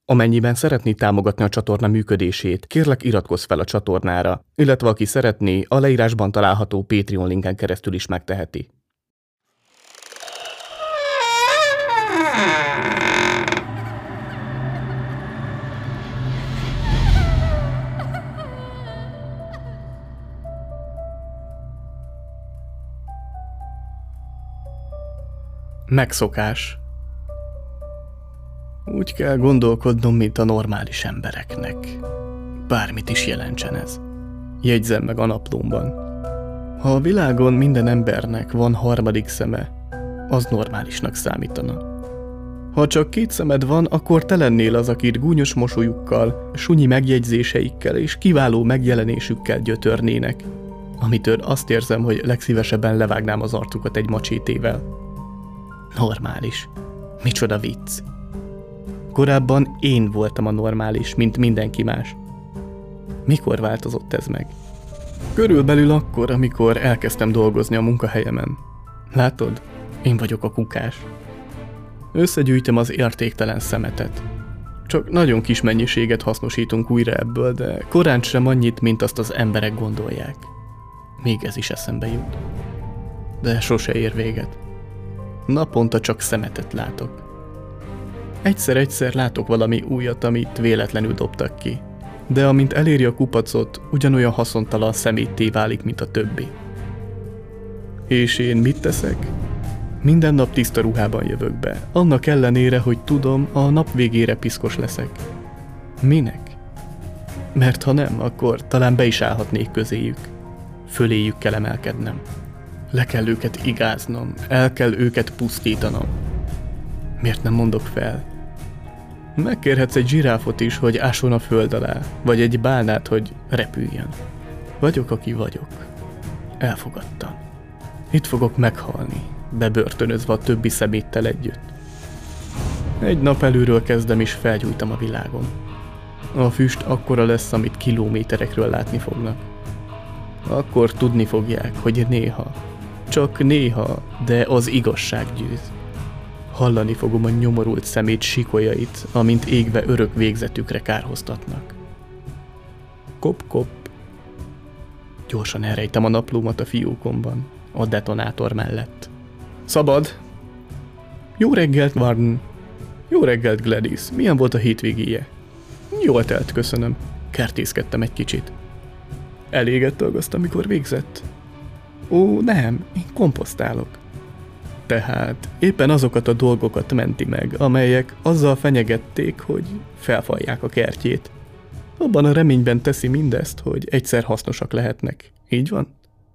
Amennyiben szeretnéd támogatni a csatorna működését, kérlek iratkozz fel a csatornára, illetve aki szeretné, a leírásban található Patreon linken keresztül is megteheti. Megszokás. Úgy kell gondolkodnom, mint a normális embereknek. Bármit is jelentsen ez. Jegyzem meg a naplómban. Ha a világon minden embernek van harmadik szeme, az normálisnak számítana. Ha csak 2 szemed van, akkor te lennél az, akit gúnyos mosolyukkal, sunyi megjegyzéseikkel és kiváló megjelenésükkel gyötörnének, amitől azt érzem, hogy legszívesebben levágnám az arcukat egy macsétével. Normális. Micsoda vicc. Korábban én voltam a normális, mint mindenki más. Mikor változott ez meg? Körülbelül akkor, amikor elkezdtem dolgozni a munkahelyemen. Látod? Én vagyok a kukás. Összegyűjtöm az értéktelen szemetet. Csak nagyon kis mennyiséget hasznosítunk újra ebből, de korán sem annyit, mint azt az emberek gondolják. Még ez is eszembe jut. De sose ér véget. Naponta csak szemetet látok. Egyszer-egyszer látok valami újat, amit véletlenül dobtak ki. De amint eléri a kupacot, ugyanolyan haszontalan szemétté válik, mint a többi. És én mit teszek? Minden nap tiszta ruhában jövök be, annak ellenére, hogy tudom, a nap végére piszkos leszek. Minek? Mert ha nem, akkor talán be is állhatnék közéjük. Föléjük kell emelkednem. Le kell őket igáznom, el kell őket pusztítanom. Miért nem mondok fel? Megkérhetsz egy zsiráfot is, hogy ásson a föld alá, vagy egy bálnát, hogy repüljön. Vagyok, aki vagyok. Elfogadtam. Itt fogok meghalni, bebörtönözve a többi szeméttel együtt. Egy nap előről kezdem és felgyújtam a világon. A füst akkora lesz, amit kilométerekről látni fognak. Akkor tudni fogják, hogy néha, csak néha, de az igazság győz. Hallani fogom a nyomorult szemét sikolyait, amint égve örök végzetükre kárhoztatnak. Kop-kop. Gyorsan elrejtem a naplómat a fiókomban, a detonátor mellett. Szabad! Jó reggelt, Warden! Jó reggelt, Gladys! Milyen volt a hétvégéje? Jól telt, köszönöm. Kertészkedtem egy kicsit. Eléget dolgoztam, amikor végzett? Ó, nem, én komposztálok. Tehát éppen azokat a dolgokat menti meg, amelyek azzal fenyegették, hogy felfalják a kertjét. Abban a reményben teszi mindezt, hogy egyszer hasznosak lehetnek. Így van?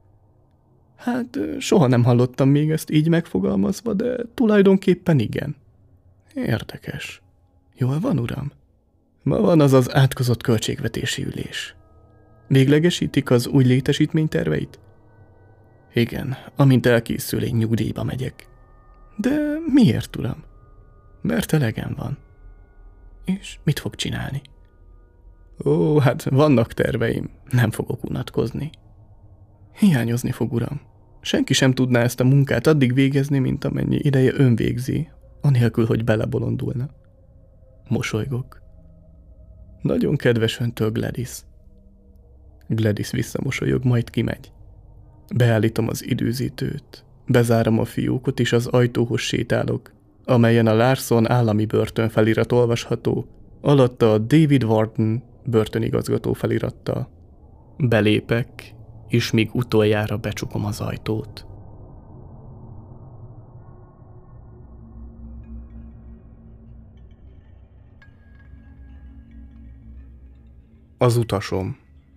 Hát soha nem hallottam még ezt így megfogalmazva, de tulajdonképpen igen. Érdekes. Jól van, uram? Ma van az az átkozott költségvetési ülés. Véglegesítik az új létesítményterveit? Igen, amint elkészül, én nyugdíjba megyek. De miért, uram? Mert elegem van. És mit fog csinálni? Ó, hát vannak terveim, nem fogok unatkozni. Hiányozni fog, uram. Senki sem tudná ezt a munkát addig végezni, mint amennyi ideje ön végzi, anélkül, hogy belebolondulna. Mosolygok. Nagyon kedves öntől, Gladys. Gladys visszamosolyog, majd kimegy. Beállítom az időzítőt, bezárom a fiókot és az ajtóhoz sétálok, amelyen a Larson állami börtön felirat olvasható, alatta a David Warden börtönigazgató felirattal. Belépek, és még utoljára becsukom az ajtót. Az utasom.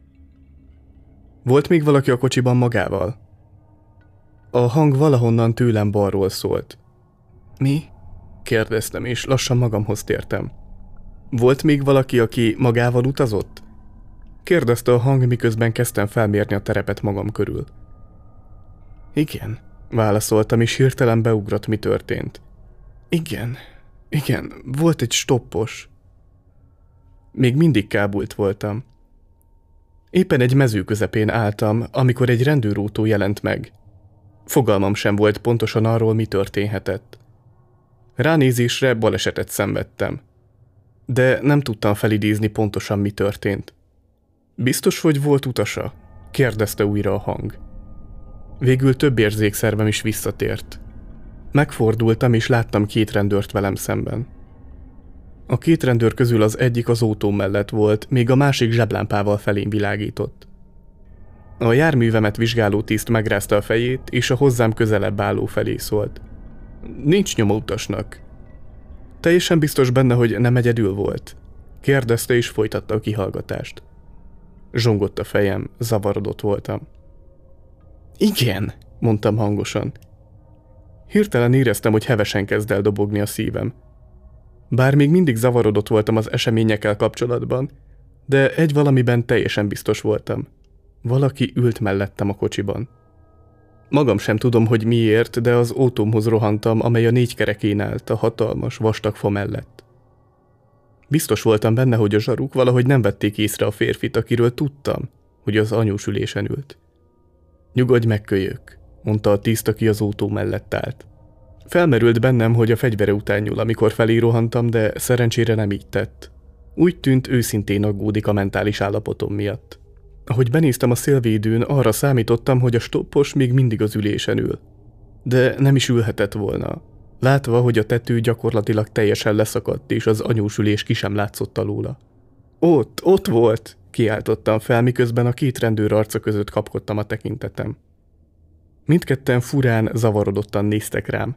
Volt még valaki a kocsiban magával? A hang valahonnan tőlem balról szólt. Mi? Kérdeztem, és lassan magamhoz tértem. Volt még valaki, aki magával utazott? Kérdezte a hang, miközben kezdtem felmérni a terepet magam körül. Igen, válaszoltam, és hirtelen beugrott, mi történt. Igen, volt egy stoppos. Még mindig kábult voltam. Éppen egy mező közepén álltam, amikor egy rendőrautó jelent meg. Fogalmam sem volt pontosan arról, mi történhetett. Ránézésre balesetet szenvedtem. De nem tudtam felidézni pontosan, mi történt. Biztos, hogy volt utasa? Kérdezte újra a hang. Végül több érzékszervem is visszatért. Megfordultam, és láttam 2 rendőrt velem szemben. A 2 rendőr közül az egyik az autó mellett volt, még a másik zseblámpával felém világított. A járművemet vizsgáló tiszt megrázta a fejét, és a hozzám közelebb álló felé szólt. Nincs nyoma utasnak. Teljesen biztos benne, hogy nem egyedül volt? Kérdezte, és folytatta a kihallgatást. Zsongott a fejem, zavarodott voltam. Igen, mondtam hangosan. Hirtelen éreztem, hogy hevesen kezd el dobogni a szívem. Bár még mindig zavarodott voltam az eseményekkel kapcsolatban, de egy valamiben teljesen biztos voltam. Valaki ült mellettem a kocsiban. Magam sem tudom, hogy miért, de az autómhoz rohantam, amely a 4 kerekén állt a hatalmas, vastag fa mellett. Biztos voltam benne, hogy a zsaruk valahogy nem vették észre a férfit, akiről tudtam, hogy az anyós ülésen ült. Nyugodj meg, kölyök, mondta a tiszt, aki az autó mellett állt. Felmerült bennem, hogy a fegyvere után nyúl, amikor felé rohantam, de szerencsére nem így tett. Úgy tűnt, őszintén aggódik a mentális állapotom miatt. Ahogy benéztem a szélvédőn, arra számítottam, hogy a stoppos még mindig az ülésen ül. De nem is ülhetett volna. Látva, hogy a tető gyakorlatilag teljesen leszakadt, és az anyós ülés ki sem látszott alóla. Ott volt! Kiáltottam fel, miközben a 2 rendőr arca között kapkodtam a tekintetem. Mindketten furán, zavarodottan néztek rám.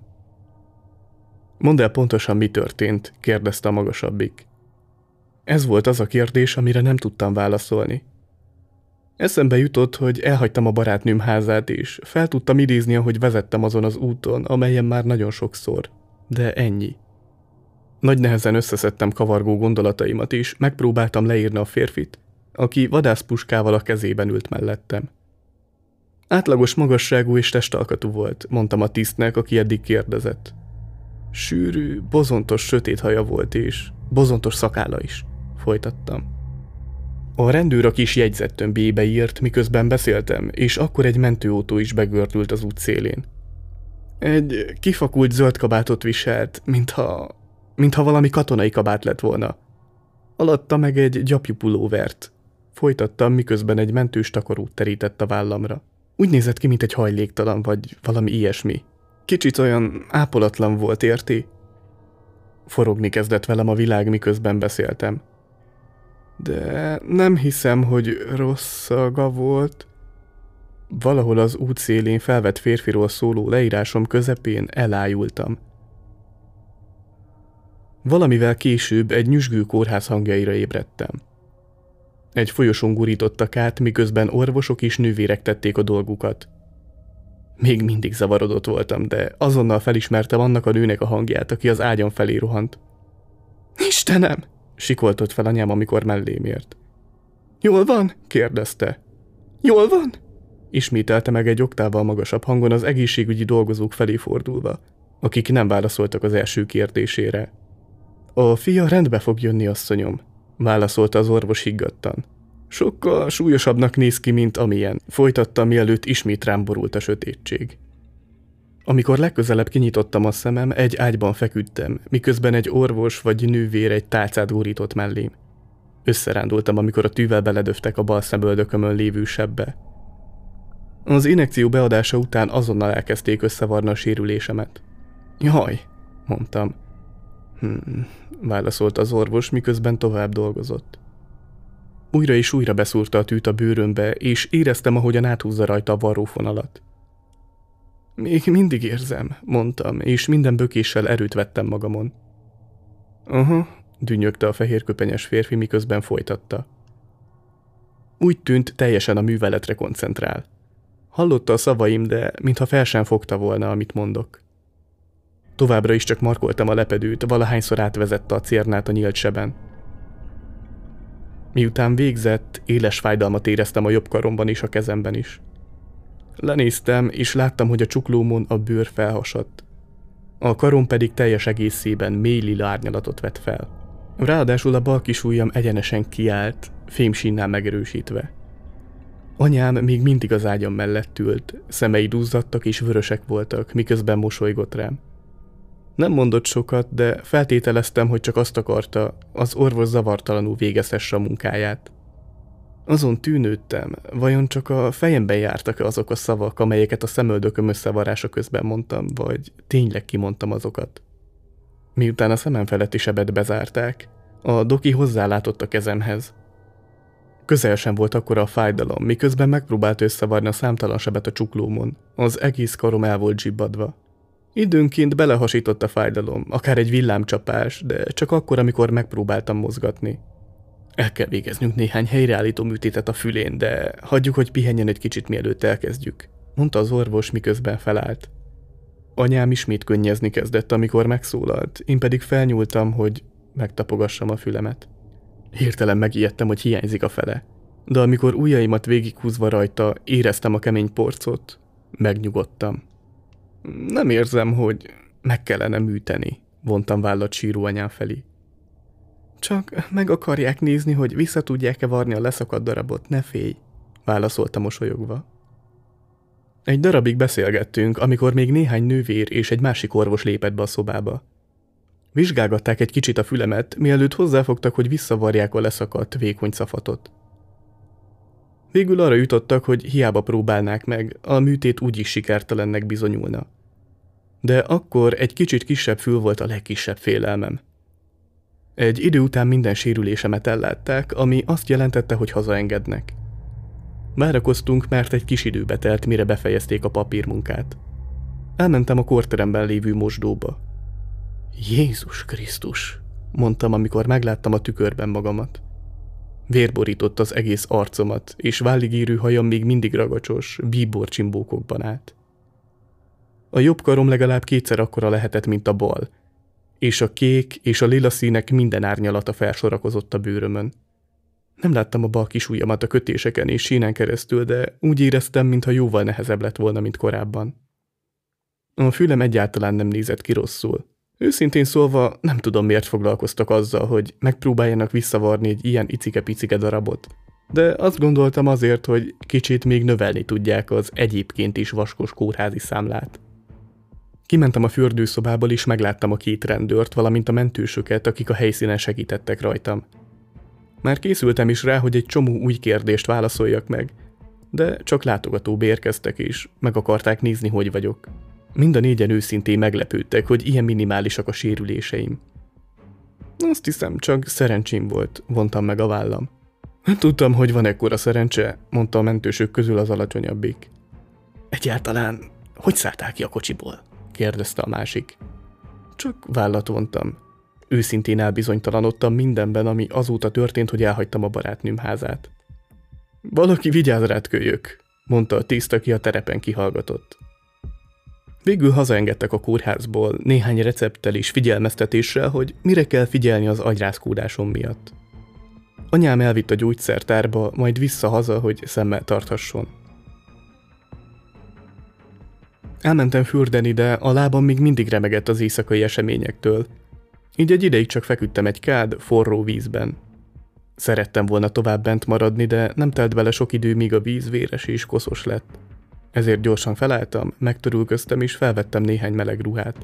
Mondd el pontosan, mi történt, kérdezte a magasabbik. Ez volt az a kérdés, amire nem tudtam válaszolni. Eszembe jutott, hogy elhagytam a barátnőm házát, és fel tudtam idézni, ahogy vezettem azon az úton, amelyen már nagyon sokszor. De ennyi. Nagy nehezen összeszedtem kavargó gondolataimat, és megpróbáltam leírni a férfit, aki vadászpuskával a kezében ült mellettem. Átlagos magasságú és testalkatú volt, mondtam a tisztnek, aki eddig kérdezett. Sűrű, bozontos sötét haja volt, és bozontos szakálla is, folytattam. A rendőr a kis jegyzettömbjébe írt, miközben beszéltem, és akkor egy mentőautó is begördült az út szélén. Egy kifakult zöld kabátot viselt, mintha valami katonai kabát lett volna. Alatta meg egy gyapjú pulóvert. Folytattam, miközben egy mentős takarót terített a vállamra. Úgy nézett ki, mint egy hajléktalan, vagy valami ilyesmi. Kicsit olyan ápolatlan volt, érti? Forogni kezdett velem a világ, miközben beszéltem. De nem hiszem, hogy rossz szaga volt. Valahol az út szélén felvett férfiról szóló leírásom közepén elájultam. Valamivel később egy nyüzsgő kórház hangjaira ébredtem. Egy folyosón gurítottak át, miközben orvosok és nővérek tették a dolgukat. Még mindig zavarodott voltam, de azonnal felismertem annak a nőnek a hangját, aki az ágyam felé rohant. Istenem! Sikoltott fel anyám, amikor mellém ért. Jól van? Kérdezte. Jól van? Ismételte meg egy oktávval magasabb hangon az egészségügyi dolgozók felé fordulva, akik nem válaszoltak az első kérdésére. A fia rendbe fog jönni, asszonyom, válaszolta az orvos higgadtan. Sokkal súlyosabbnak néz ki, mint amilyen, folytatta, mielőtt ismét rám borult a sötétség. Amikor legközelebb kinyitottam a szemem, egy ágyban feküdtem, miközben egy orvos vagy nővér egy tálcát gurított mellém. Összerándultam, amikor a tűvel beledöftek a bal szemöldökömön lévő sebbe. Az injekció beadása után azonnal elkezdték összevarni a sérülésemet. Jaj, mondtam. Válaszolt az orvos, miközben tovább dolgozott. Újra és újra beszúrta a tűt a bőrömbe, és éreztem, ahogyan áthúzza rajta a varrófonalat. Még mindig érzem, mondtam, és minden bökéssel erőt vettem magamon. Aha, dünnyögte a fehérköpenyes férfi, miközben folytatta. Úgy tűnt, teljesen a műveletre koncentrál. Hallotta a szavaim, de mintha fel sem fogta volna, amit mondok. Továbbra is csak markoltam a lepedőt, valahányszor átvezette a cérnát a nyílt seben. Miután végzett, éles fájdalmat éreztem a jobb karomban és a kezemben is. Lenéztem, és láttam, hogy a csuklómon a bőr felhasadt. A karom pedig teljes egészében mély lila árnyalatot vett fel. Ráadásul a bal kis ujjam egyenesen kiállt, fémsínnel megerősítve. Anyám még mindig az ágyam mellett ült, szemei duzzadtak és vörösek voltak, miközben mosolygott rám. Nem mondott sokat, de feltételeztem, hogy csak azt akarta, az orvos zavartalanul végezhesse a munkáját. Azon tűnődtem, vajon csak a fejemben jártak-e azok a szavak, amelyeket a szemöldököm összevarása közben mondtam, vagy tényleg kimondtam azokat. Miután a szemem feletti sebet bezárták, a doki hozzálátott a kezemhez. Közel sem volt akkora a fájdalom, miközben megpróbált összevarni a számtalan sebet a csuklómon, az egész karom el volt zsibbadva. Időnként belehasított a fájdalom, akár egy villámcsapás, de csak akkor, amikor megpróbáltam mozgatni. El kell végeznünk néhány helyreállító műtétet a fülén, de hagyjuk, hogy pihenjen egy kicsit, mielőtt elkezdjük, mondta az orvos, miközben felállt. Anyám ismét könnyezni kezdett, amikor megszólalt, én pedig felnyúltam, hogy megtapogassam a fülemet. Hirtelen megijedtem, hogy hiányzik a fele, de amikor ujjaimat végighúzva rajta éreztem a kemény porcot, megnyugodtam. Nem érzem, hogy meg kellene műteni, vontam vállat síró anyám felé. Csak meg akarják nézni, hogy vissza tudják-e varni a leszakadt darabot, ne félj, válaszolta mosolyogva. Egy darabig beszélgettünk, amikor még néhány nővér és egy másik orvos lépett be a szobába. Vizsgálgatták egy kicsit a fülemet, mielőtt hozzáfogtak, hogy visszavarják a leszakadt, vékony szafatot. Végül arra jutottak, hogy hiába próbálnák meg, a műtét úgyis sikertelennek bizonyulna. De akkor egy kicsit kisebb fül volt a legkisebb félelmem. Egy idő után minden sérülésemet ellátták, ami azt jelentette, hogy hazaengednek. Várakoztunk, mert egy kis időbe telt, mire befejezték a papírmunkát. Elmentem a kórteremben lévő mosdóba. Jézus Krisztus, mondtam, amikor megláttam a tükörben magamat. Vér borított az egész arcomat, és vállig érő hajam még mindig ragacsos, bíborcsimbókokban állt. A jobb karom legalább kétszer akkora lehetett, mint a bal, és a kék és a lila színek minden árnyalata felsorakozott a bőrömön. Nem láttam a bal kisujjamat a kötéseken és sínen keresztül, de úgy éreztem, mintha jóval nehezebb lett volna, mint korábban. A fülem egyáltalán nem nézett ki rosszul. Őszintén szólva nem tudom, miért foglalkoztak azzal, hogy megpróbáljanak visszavarni egy ilyen icike-picike darabot. De azt gondoltam azért, hogy kicsit még növelni tudják az egyébként is vaskos kórházi számlát. Kimentem a fürdőszobából és megláttam a két rendőrt, valamint a mentősöket, akik a helyszínen segítettek rajtam. Már készültem is rá, hogy egy csomó új kérdést válaszoljak meg, de csak látogatóbb érkeztek és meg akarták nézni, hogy vagyok. Mind a négyen őszintén meglepődtek, hogy ilyen minimálisak a sérüléseim. Azt hiszem, csak szerencsém volt, vontam meg a vállam. Nem tudtam, hogy van ekkora szerencse, mondta a mentősök közül az alacsonyabbik. Egyáltalán, hogy szálltál ki a kocsiból? Kérdezte a másik. Csak vállat vontam. Őszintén elbizonytalanodtam mindenben, ami azóta történt, hogy elhagytam a barátnőm házát. Valaki vigyázz rád, kölyök, mondta a tiszt, aki a terepen kihallgatott. Végül hazaengedtek a kórházból néhány recepttel és figyelmeztetéssel, hogy mire kell figyelni az agyrázkódásom miatt. Anyám elvitt a gyógyszertárba, majd vissza haza, hogy szemmel tarthasson. Elmentem fürdeni, de a lábam még mindig remegett az éjszakai eseményektől, így egy ideig csak feküdtem egy kád, forró vízben. Szerettem volna tovább bent maradni, de nem telt bele sok idő, míg a víz véres és koszos lett. Ezért gyorsan felálltam, megtörülköztem és felvettem néhány meleg ruhát.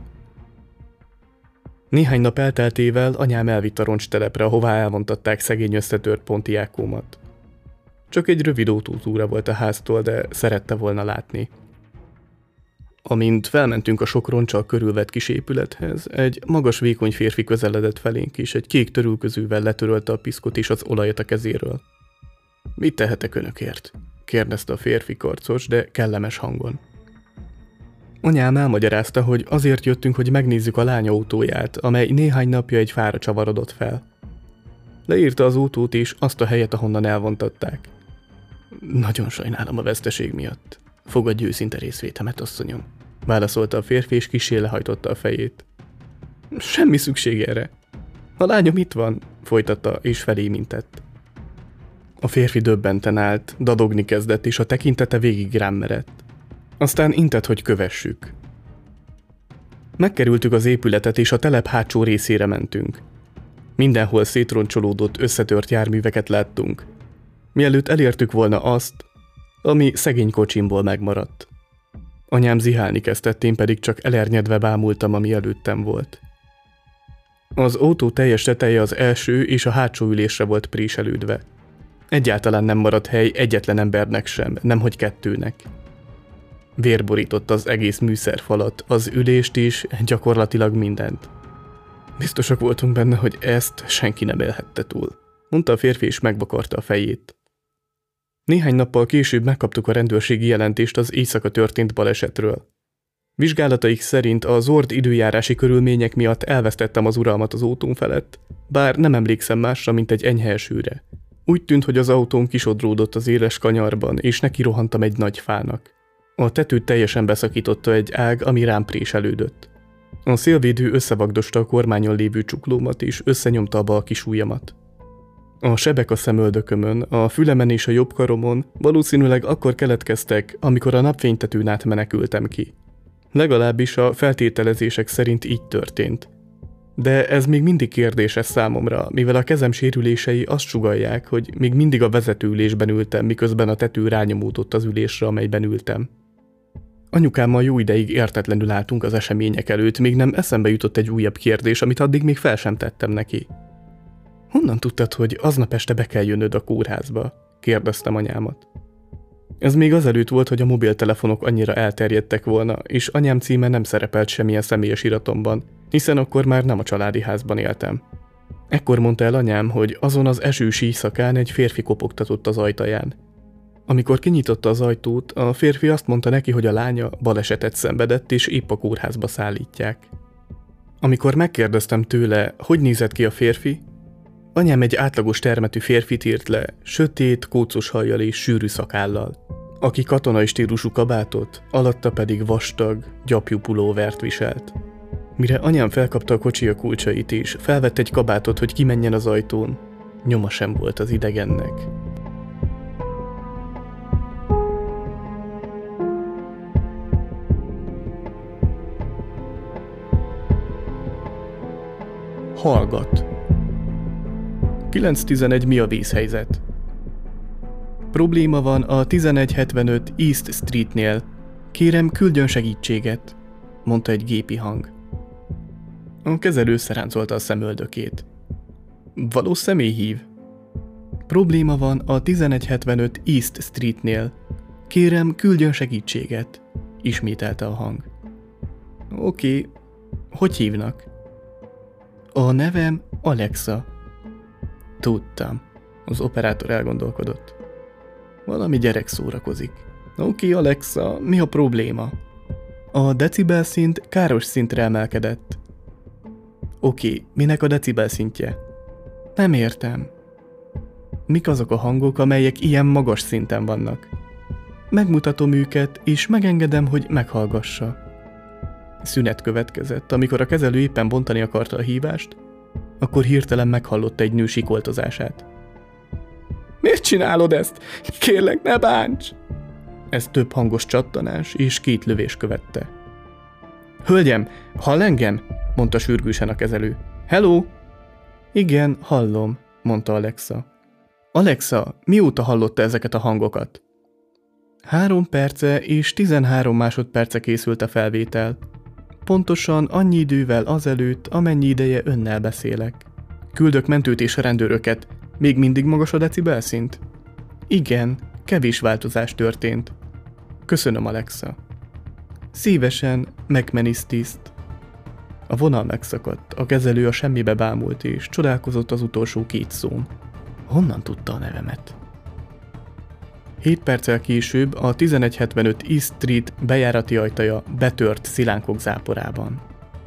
Néhány nap elteltével anyám elvitt a roncstelepre, ahová elvontatták szegény összetört Pontiacómat. Csak egy rövid autótúra volt a háztól, de szerette volna látni. Amint felmentünk a sok roncsal körülvett kis épülethez, egy magas, vékony férfi közeledett felénk, és egy kék törülközővel letörölte a piszkot és az olajat a kezéről. Mit tehetek önökért? Kérdezte a férfi karcos, de kellemes hangon. Anyám elmagyarázta, hogy azért jöttünk, hogy megnézzük a lány autóját, amely néhány napja egy fára csavarodott fel. Leírta az autót és azt a helyet, ahonnan elvontatták. Nagyon sajnálom a veszteség miatt. Fogadj őszinte részvétemet, asszonyom, válaszolta a férfi, és kissé lehajtotta a fejét. Semmi szükség erre. A lányom itt van, folytatta, és felé mintett. A férfi döbbenten állt, dadogni kezdett, és a tekintete végig rám merett. Aztán intett, hogy kövessük. Megkerültük az épületet, és a telep hátsó részére mentünk. Mindenhol szétroncsolódott, összetört járműveket láttunk. Mielőtt elértük volna azt, ami szegény kocsimból megmaradt. Anyám zihálni kezdett, én pedig csak elernyedve bámultam, ami előttem volt. Az autó teljes teteje az első és a hátsó ülésre volt préselődve. Egyáltalán nem maradt hely egyetlen embernek sem, nemhogy kettőnek. Vér borított az egész műszerfalat, az ülést is, gyakorlatilag mindent. Biztosak voltunk benne, hogy ezt senki nem élhette túl, mondta a férfi és megvakarta a fejét. Néhány nappal később megkaptuk a rendőrségi jelentést az éjszaka történt balesetről. Vizsgálataik szerint a zord időjárási körülmények miatt elvesztettem az uralmat az autón felett, bár nem emlékszem másra, mint egy enyhe esőre. Úgy tűnt, hogy az autóm kisodródott az éles kanyarban, és nekirohantam egy nagy fának. A tetőt teljesen beszakította egy ág, ami rám préselődött. A szélvédő összevagdosta a kormányon lévő csuklómat, és összenyomta a bal kis ujjamat. A sebek a szemöldökömön, a fülemen és a jobb karomon valószínűleg akkor keletkeztek, amikor a napfénytetőn át menekültem ki. Legalábbis a feltételezések szerint így történt. De ez még mindig kérdéses számomra, mivel a kezem sérülései azt sugallják, hogy még mindig a vezetőülésben ültem, miközben a tető rányomódott az ülésre, amelyben ültem. Anyukámmal jó ideig értetlenül álltunk az események előtt, még nem eszembe jutott egy újabb kérdés, amit addig még fel sem tettem neki. Honnan tudtad, hogy aznap este be kell jönnöd a kórházba? Kérdeztem anyámat. Ez még azelőtt volt, hogy a mobiltelefonok annyira elterjedtek volna, és anyám címe nem szerepelt semmilyen személyes iratomban, hiszen akkor már nem a családi házban éltem. Ekkor mondta el anyám, hogy azon az esős éjszakán egy férfi kopogtatott az ajtaján. Amikor kinyitotta az ajtót, a férfi azt mondta neki, hogy a lánya balesetet szenvedett, és épp a kórházba szállítják. Amikor megkérdeztem tőle, hogy nézett ki a férfi, anyám egy átlagos termetű férfit írt le, sötét, kócos hajjal és sűrű szakállal, aki katonai stílusú kabátot, alatta pedig vastag, gyapjú pulóvert viselt. Mire anyám felkapta a kocsia kulcsait és felvett egy kabátot, hogy kimenjen az ajtón, nyoma sem volt az idegennek. Hallgat. 9:11 mi a vészhelyzet? Probléma van a 1175 East Streetnél. Kérem, küldjön segítséget, mondta egy gépi hang. A kezelő szeráncolta a szemöldökét. Valós személy hív. Probléma van a 1175 East Streetnél. Kérem, küldjön segítséget, ismételte a hang. Oké, hogy hívnak? A nevem Alexa. Tudtam. Az operátor elgondolkodott. Valami gyerek szórakozik. Oké, Alexa, mi a probléma? A decibel szint káros szintre emelkedett. Oké, minek a decibel szintje? Nem értem. Mik azok a hangok, amelyek ilyen magas szinten vannak? Megmutatom őket, és megengedem, hogy meghallgassa. Szünet következett, amikor a kezelő éppen bontani akarta a hívást, akkor hirtelen meghallotta egy nő sikoltozását. Miért csinálod ezt? Kérlek, ne bánts! Ez több hangos csattanás és 2 lövés követte. Hölgyem, hall engem? Mondta sürgősen a kezelő. Hello? Igen, hallom, mondta Alexa. Alexa, mióta hallotta ezeket a hangokat? 3 perce és 13 másodperce készült a felvétel. Pontosan annyi idővel azelőtt, amennyi ideje önnel beszélek. Küldök mentőt és rendőröket. Még mindig magas a decibelszint? Igen, kevés változás történt. Köszönöm, Alexa. Szívesen, McManus tiszt. A vonal megszakadt, a kezelő a semmibe bámult és csodálkozott az utolsó 2 szón. Honnan tudta a nevemet? 7 perccel később a 1175 East Street bejárati ajtaja betört szilánkok záporában.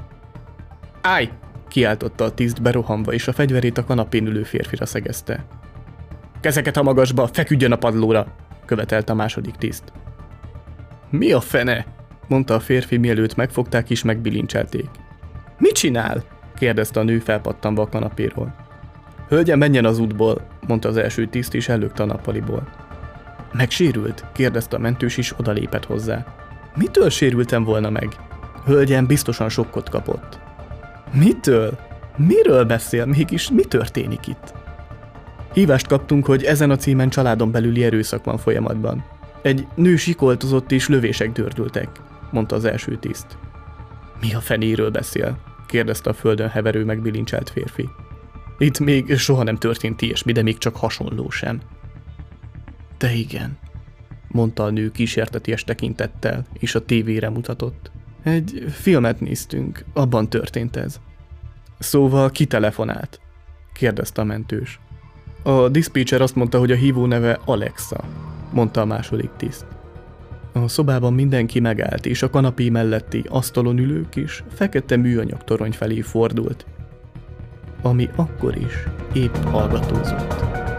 Állj! Kiáltotta a tiszt berohanva, és a fegyverét a kanapén ülő férfira szegezte. Kezeket a magasba, feküdjön a padlóra! Követelte a második tiszt. Mi a fene? Mondta a férfi, mielőtt megfogták és megbilincselték. Mit csinál? Kérdezte a nő felpattanva a kanapéról. Hölgyem, menjen az útból, mondta az első tiszt, és ellökte a nappaliból. Megsérült? Kérdezte a mentős, és odalépett hozzá. Mitől sérültem volna meg? Hölgyem biztosan sokkot kapott. Mitől? Miről beszél? Mégis mi történik itt? Hívást kaptunk, hogy ezen a címen családon belüli erőszak van folyamatban. Egy nő sikoltozott és lövések dördültek. mondta az első tiszt. Mi a fenéről beszél? Kérdezte a földön heverő megbilincselt férfi. Itt még soha nem történt ilyesmi, de még csak hasonló sem. De igen, mondta a nő kísérteties tekintettel, és a tévére mutatott. Egy filmet néztünk, abban történt ez. Szóval ki telefonált? Kérdezte a mentős. A diszpécser azt mondta, hogy a hívó neve Alexa, mondta a második tiszt. A szobában mindenki megállt, és a kanapé melletti asztalon ülők is fekete műanyag torony felé fordult, ami akkor is épp hallgatózott.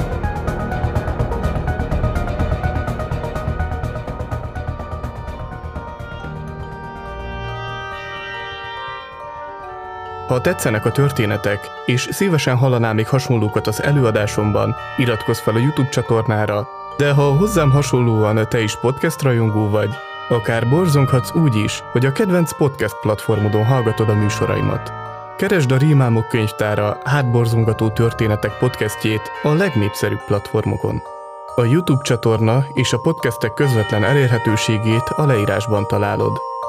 Ha tetszenek a történetek, és szívesen hallanál még hasonlókat az előadásomban, iratkozz fel a YouTube csatornára, de ha hozzám hasonlóan te is podcast rajongó vagy, akár borzonghatsz úgy is, hogy a kedvenc podcast platformodon hallgatod a műsoraimat. Keresd a Rémálmok könyvtára hátborzongató történetek podcastjét a legnépszerűbb platformokon. A YouTube csatorna és a podcastek közvetlen elérhetőségét a leírásban találod.